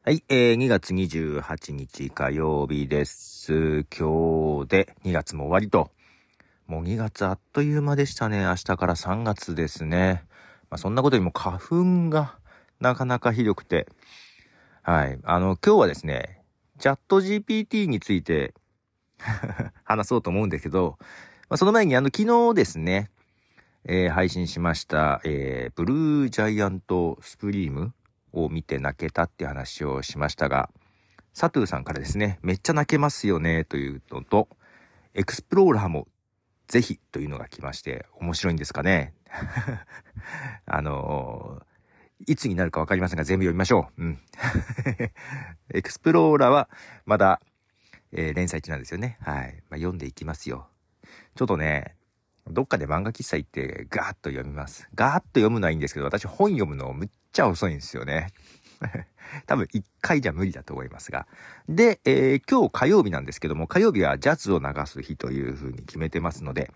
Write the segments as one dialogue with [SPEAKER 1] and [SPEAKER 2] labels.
[SPEAKER 1] はい、2月28日火曜日です。今日で2月も終わりと。もう2月あっという間でしたね。明日から3月ですね。そんなことよりも花粉がなかなかひどくて。はい。今日はですね、チャット GPT について話そうと思うんですけど、その前に昨日ですね、配信しました、ブルージャイアントスプリームを見て泣けたって話をしましたが、サトゥーさんからですね、めっちゃ泣けますよねというのと、エクスプローラーもぜひというのが来まして、面白いんですかね。いつになるかわかりませんが全部読みましょう。エクスプローラーはまだ、連載中なんですよね。はい。読んでいきますよ。ちょっとね、どっかで漫画喫茶行ってガーッと読みます。ガーッと読むのはいいんですけど、私本読むのむっちゃ遅いんですよね。多分一回じゃ無理だと思いますが。で、今日火曜日なんですけども、火曜日はジャズを流す日という風に決めてますので、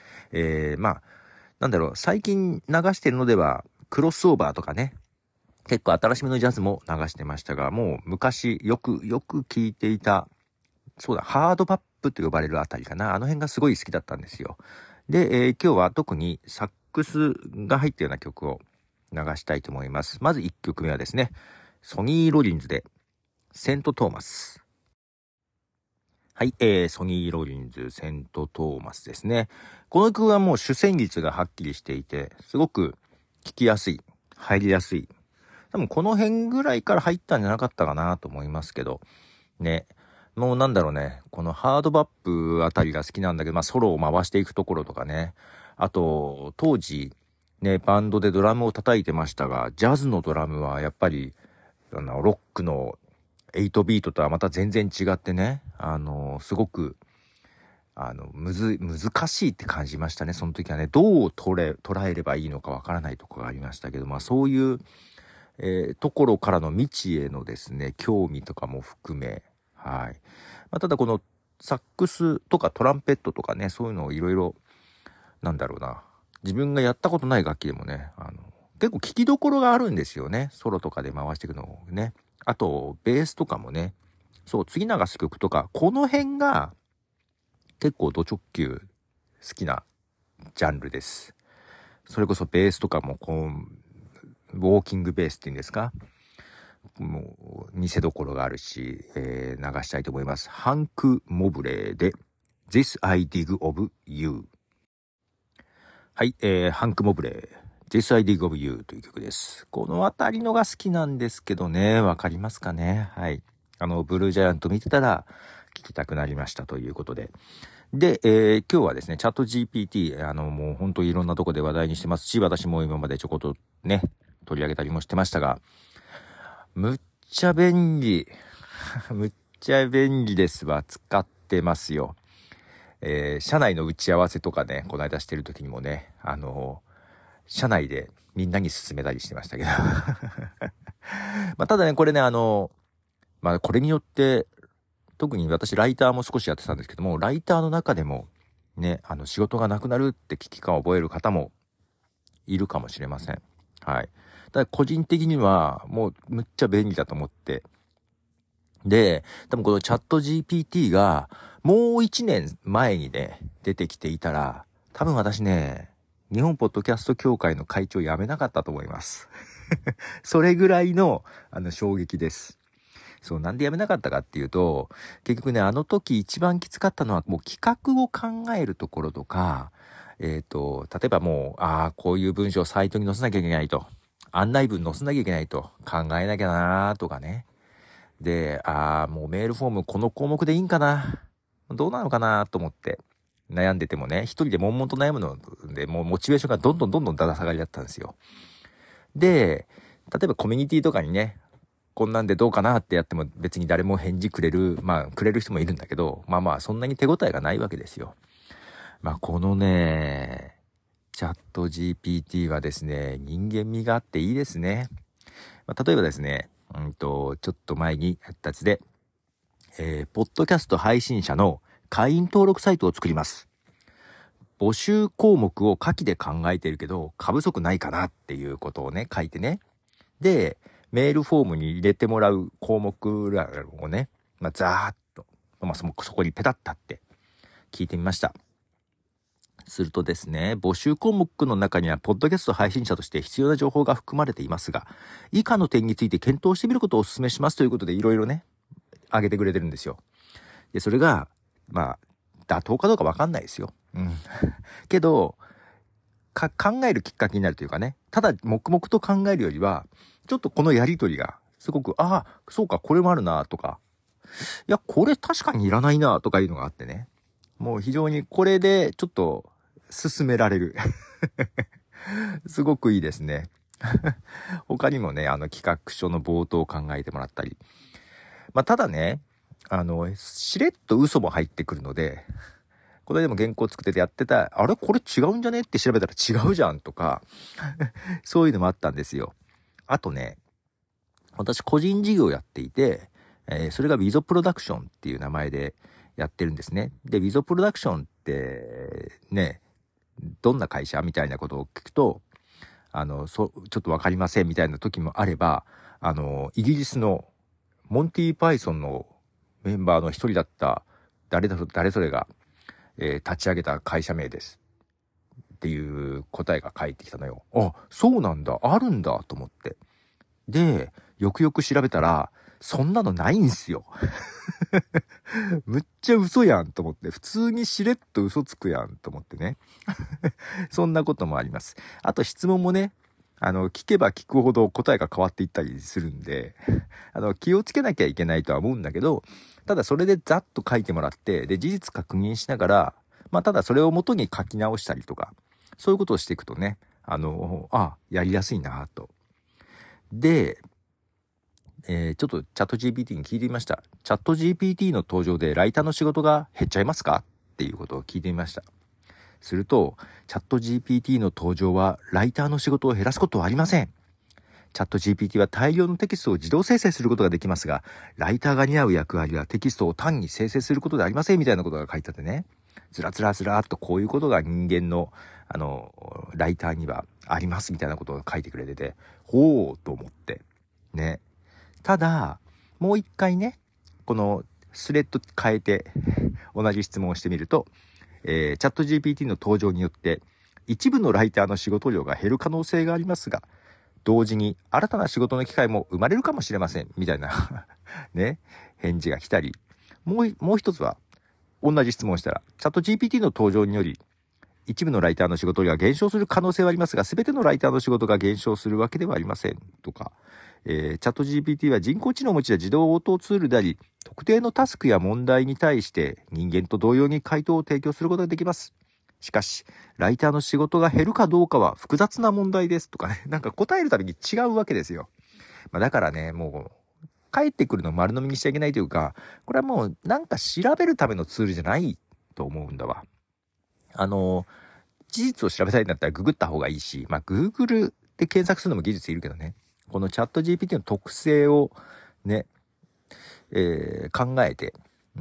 [SPEAKER 1] 最近流してるのでは、クロスオーバーとかね、結構新しめのジャズも流してましたが、もう昔よく聴いていた、そうだ、ハードバップと呼ばれるあたりかな。あの辺がすごい好きだったんですよ。で、今日は特にサックスが入ったような曲を流したいと思います。まず1曲目はですね、ソニー・ロリンズでセント・トーマス。はい、ソニー・ロリンズ、セント・トーマスですね。この曲はもう主旋律がはっきりしていて、すごく聴きやすい、入りやすい。多分この辺ぐらいから入ったんじゃなかったかなと思いますけど、ね。もうこのハードバップあたりが好きなんだけど、ソロを回していくところとかね。あと、当時、ね、バンドでドラムを叩いてましたが、ジャズのドラムはやっぱり、ロックの8ビートとはまた全然違ってね、すごく、難しいって感じましたね、その時はね。どう捉えればいいのかわからないところがありましたけど、そういう、ところからの未知へのですね、興味とかも含め、はい。ただこのサックスとかトランペットとかね、そういうのをいろいろ、自分がやったことない楽器でもね、結構聞きどころがあるんですよね。ソロとかで回していくのをね。あと、ベースとかもね、そう、次流す曲とか、この辺が結構ド直球好きなジャンルです。それこそベースとかもウォーキングベースっていうんですか、もう見せどころがあるし、流したいと思います。ハンク・モブレーで This I Dig of You。 はい、ハンク・モブレー This I Dig of You という曲です。このあたりのが好きなんですけどね、わかりますかね。はい。ブルージャイアント見てたら聞きたくなりましたということで。で、今日はですね、チャット GPT、もう本当にいろんなとこで話題にしてますし、私も今までちょこっとね、取り上げたりもしてましたが、むっちゃ便利。むっちゃ便利ですわ。使ってますよ。社内の打ち合わせとかね、この間してる時にもね、社内でみんなに勧めたりしてましたけど。ただね、これね、これによって、特に私ライターも少しやってたんですけども、ライターの中でも、ね、仕事がなくなるって危機感を覚える方もいるかもしれません。はい。ただ個人的にはもうむっちゃ便利だと思って。で、多分このチャット GPT がもう1年前にね、出てきていたら、多分私ね、日本ポッドキャスト協会の会長辞めなかったと思います。それぐらいの、衝撃です。そう、なんで辞めなかったかっていうと、結局ね、あの時一番きつかったのは、もう企画を考えるところとか、例えばもう、こういう文章をサイトに載せなきゃいけないと。案内文載せなきゃいけないと。考えなきゃなーとかね。で、もうメールフォームこの項目でいいんかな。どうなのかなと思って悩んでてもね、一人で悶々と悩むので、もうモチベーションがどんどんだだ下がりだったんですよ。で、例えばコミュニティとかにね、こんなんでどうかなってやっても別に誰も返事くれる人もいるんだけど、そんなに手応えがないわけですよ。このね、チャット GPT はですね、人間味があっていいですね。例えばですね、ちょっと前にやったやつで、ポッドキャスト配信者の会員登録サイトを作ります。募集項目を下記で考えてるけど、過不足ないかなっていうことをね、書いてね。で、 メールフォームに入れてもらう項目らをね、ざーっと、そこにペタッと貼って聞いてみました。するとですね、募集項目の中には、ポッドキャスト配信者として必要な情報が含まれていますが、以下の点について検討してみることをお勧めしますということで、いろいろね、挙げてくれてるんですよ。で、それが、妥当かどうかわかんないですよ。けど、考えるきっかけになるというかね、ただ黙々と考えるよりは、ちょっとこのやりとりが、すごく、そうか、これもあるなとか、いや、これ確かにいらないなとかいうのがあってね、もう非常にこれでちょっと進められる。すごくいいですね。他にもね、企画書の冒頭を考えてもらったり。ただね、しれっと嘘も入ってくるので、これでも原稿作っててやってた、あれこれ違うんじゃねって調べたら違うじゃんとか、そういうのもあったんですよ。あとね、私個人事業やっていて、それが Wizo プロダクションっていう名前でやってるんですね。で、Wizo プロダクションってね、どんな会社みたいなことを聞くと、ちょっとわかりませんみたいな時もあれば、イギリスのモンティ・パイソンのメンバーの一人だった誰それが、立ち上げた会社名ですっていう答えが返ってきたのよ。あ、そうなんだ、あるんだと思って。で、よくよく調べたら、そんなのないんすよ。むっちゃ嘘やんと思って、普通にしれっと嘘つくやんと思ってね。そんなこともあります。あと質問もね、聞けば聞くほど答えが変わっていったりするんで、気をつけなきゃいけないとは思うんだけど、ただそれでざっと書いてもらって、で、事実確認しながら、ただそれを元に書き直したりとか、そういうことをしていくとね、やりやすいなと。で、ちょっとチャット GPT に聞いてみました。チャット GPT の登場でライターの仕事が減っちゃいますかっていうことを聞いてみました。すると、チャット GPT の登場はライターの仕事を減らすことはありません。チャット GPT は大量のテキストを自動生成することができますが、ライターが担う役割はテキストを単に生成することではありませんみたいなことが書いてあってね。ずらっとこういうことが人間の、ライターにはありますみたいなことが書いてくれてて、ほうと思って。ね。ただ、もう一回ね、このスレッド変えて同じ質問をしてみると、チャット GPT の登場によって一部のライターの仕事量が減る可能性がありますが、同時に新たな仕事の機会も生まれるかもしれませんみたいなね、返事が来たり、もう一つは同じ質問をしたら、チャット GPT の登場により一部のライターの仕事が減少する可能性はありますが、全てのライターの仕事が減少するわけではありませんとか、チャット GPT は人工知能を用いた自動応答ツールであり、特定のタスクや問題に対して人間と同様に回答を提供することができます。しかし、ライターの仕事が減るかどうかは複雑な問題ですとかね、なんか答えるたびに違うわけですよ。だからね、もう、帰ってくるのを丸飲みにしちゃいけないというか、これはもうなんか調べるためのツールじゃないと思うんだわ。事実を調べたいんだったらググった方がいいし、Google で検索するのも技術いるけどね、このチャット GPT の特性をね、考えて、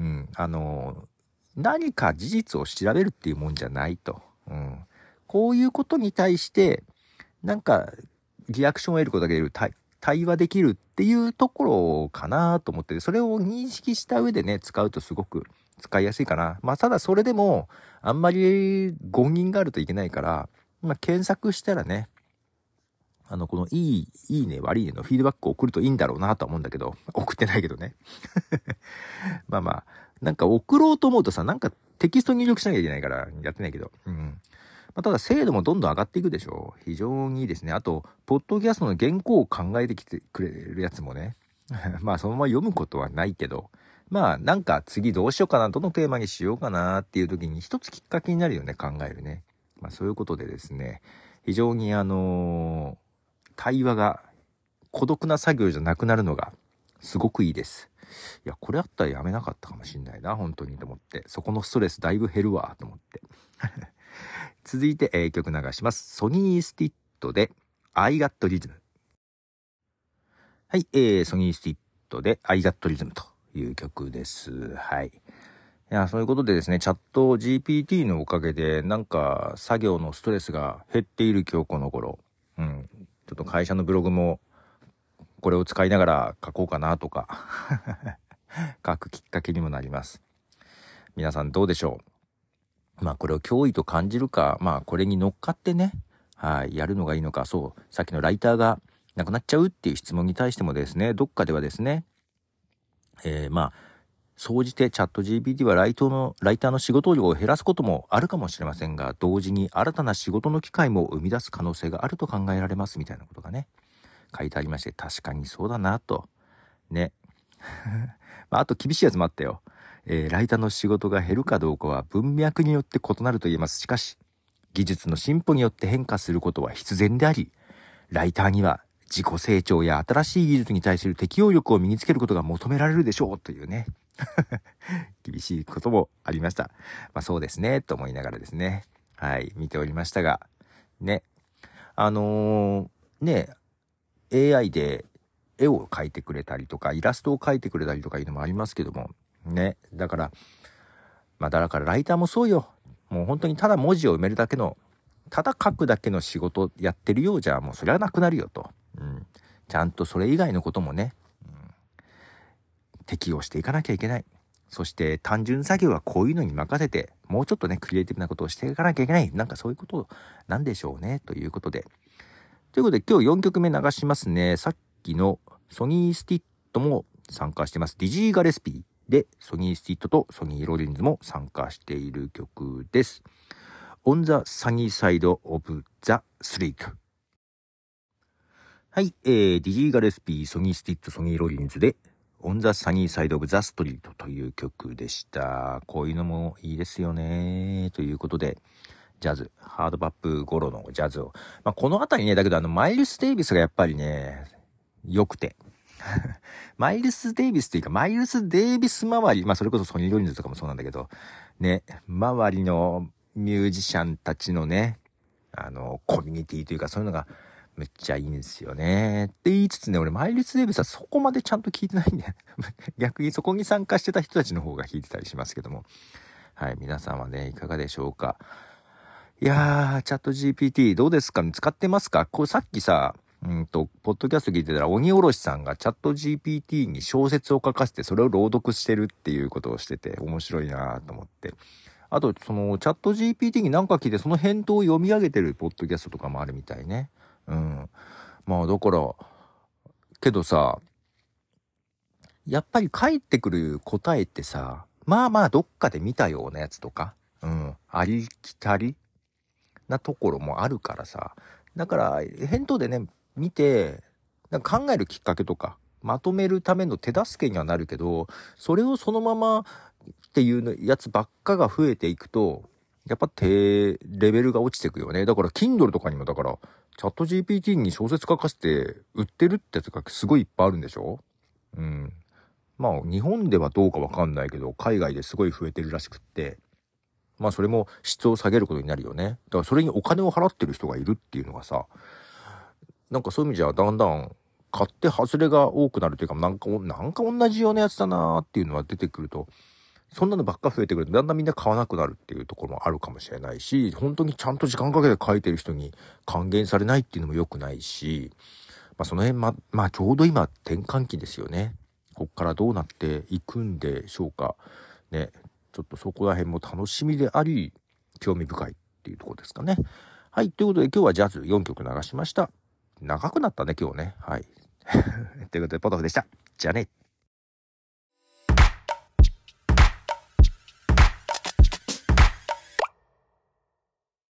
[SPEAKER 1] 何か事実を調べるっていうもんじゃないと。こういうことに対して、なんか、リアクションを得ることができる、対話できるっていうところかなと思って、それを認識した上でね、使うとすごく使いやすいかな。ただそれでも、あんまり語源があるといけないから、検索したらね、このいいね、悪いねのフィードバックを送るといいんだろうなとは思うんだけど、送ってないけどね。なんか送ろうと思うとさ、なんかテキスト入力しなきゃいけないからやってないけど。ただ精度もどんどん上がっていくでしょう。非常にいいですね。あと、ポッドキャストの原稿を考えてきてくれるやつもね。そのまま読むことはないけど、なんか次どうしようかな、どのテーマにしようかなっていう時に一つきっかけになるよね、考えるね。そういうことでですね、非常に対話が孤独な作業じゃなくなるのがすごくいいです。いや、これあったらやめなかったかもしんないな、本当にと思って。そこのストレスだいぶ減るわ、と思って。続いて、曲流します。ソニースティットで I Got Rhythm。はい、ソニースティットで I Got Rhythm という曲です。はい。いや、そういうことでですね、チャット GPT のおかげで、なんか作業のストレスが減っている今日この頃。ちょっと会社のブログもこれを使いながら書こうかなとか書くきっかけにもなります。皆さんどうでしょう。これを脅威と感じるか、これに乗っかってね、やるのがいいのか。そう、さっきのライターがなくなっちゃうっていう質問に対してもですね、どっかではですね、総じてチャット GPT はライターの仕事量を減らすこともあるかもしれませんが、同時に新たな仕事の機会も生み出す可能性があると考えられますみたいなことがね、書いてありまして、確かにそうだなと。ね。あと厳しいやつもあったよ。ライターの仕事が減るかどうかは文脈によって異なると言えます。しかし、技術の進歩によって変化することは必然であり、ライターには自己成長や新しい技術に対する適応力を身につけることが求められるでしょうというね。厳しいこともありました。そうですね、と思いながらですね。見ておりましたが。ね。AI で絵を描いてくれたりとか、イラストを描いてくれたりとかいうのもありますけども。ね。だからライターもそうよ。もう本当にただ文字を埋めるだけの、ただ書くだけの仕事やってるようじゃ、もうそれはなくなるよと。ちゃんとそれ以外のこともね、適応していかなきゃいけない。そして単純作業はこういうのに任せて、もうちょっとね、クリエイティブなことをしていかなきゃいけない。なんかそういうことなんでしょうね。ということで。今日4曲目流しますね。さっきのソニースティットも参加してます。ディジー・ガレスピーでソニースティットとソニー・ロリンズも参加している曲です。On the Sunny Side of the Street。ディジー・ガレスピー、ソニースティット、ソニー・ロリンズでOn the Sunny Side of the Street という曲でした。こういうのもいいですよね。ということで、ジャズ、ハードバップ頃のジャズを。このあたりね、だけどマイルス・デイビスがやっぱりね、良くて。マイルス・デイビスっていうか、マイルス・デイビス周り、それこそソニー・ロリンズとかもそうなんだけど、ね、周りのミュージシャンたちのね、コミュニティというか、そういうのがめっちゃいいんですよね。って言いつつね、俺マイルス・デイビスはそこまでちゃんと聞いてないんで、逆にそこに参加してた人たちの方が弾いてたりしますけども。皆さんはね、いかがでしょうか。いやー、チャット GPT どうですか？使ってますか？これさっきさ、ポッドキャスト聞いてたら、鬼おろしさんがチャット GPT に小説を書かせて、それを朗読してるっていうことをしてて、面白いなと思って。あと、その、チャット GPT に何か聞いて、その返答を読み上げてるポッドキャストとかもあるみたいね。だから、けどさ、やっぱり返ってくる答えってさ、どっかで見たようなやつとか、ありきたりなところもあるからさ。だから、返答でね、見て、なんか考えるきっかけとか、まとめるための手助けにはなるけど、それをそのままっていうやつばっかが増えていくと、やっぱレベルが落ちていくよね。だから Kindle とかにもチャット GPT に小説書かせて売ってるってやつがすごいいっぱいあるんでしょ？日本ではどうかわかんないけど、海外ですごい増えてるらしくって、それも質を下げることになるよね。だからそれにお金を払ってる人がいるっていうのがさ、なんかそういう意味じゃだんだん買って外れが多くなるというか、なんか同じようなやつだなーっていうのが出てくると、そんなのばっか増えてくるとだんだんみんな買わなくなるっていうところもあるかもしれないし、本当にちゃんと時間かけて書いてる人に還元されないっていうのも良くないし、その辺ちょうど今転換期ですよね。こっからどうなっていくんでしょうかね。ちょっとそこら辺も楽しみであり、興味深いっていうところですかね。ということで今日はジャズ4曲流しました。長くなったね、今日ね。ということで、ポトフでした。じゃあね。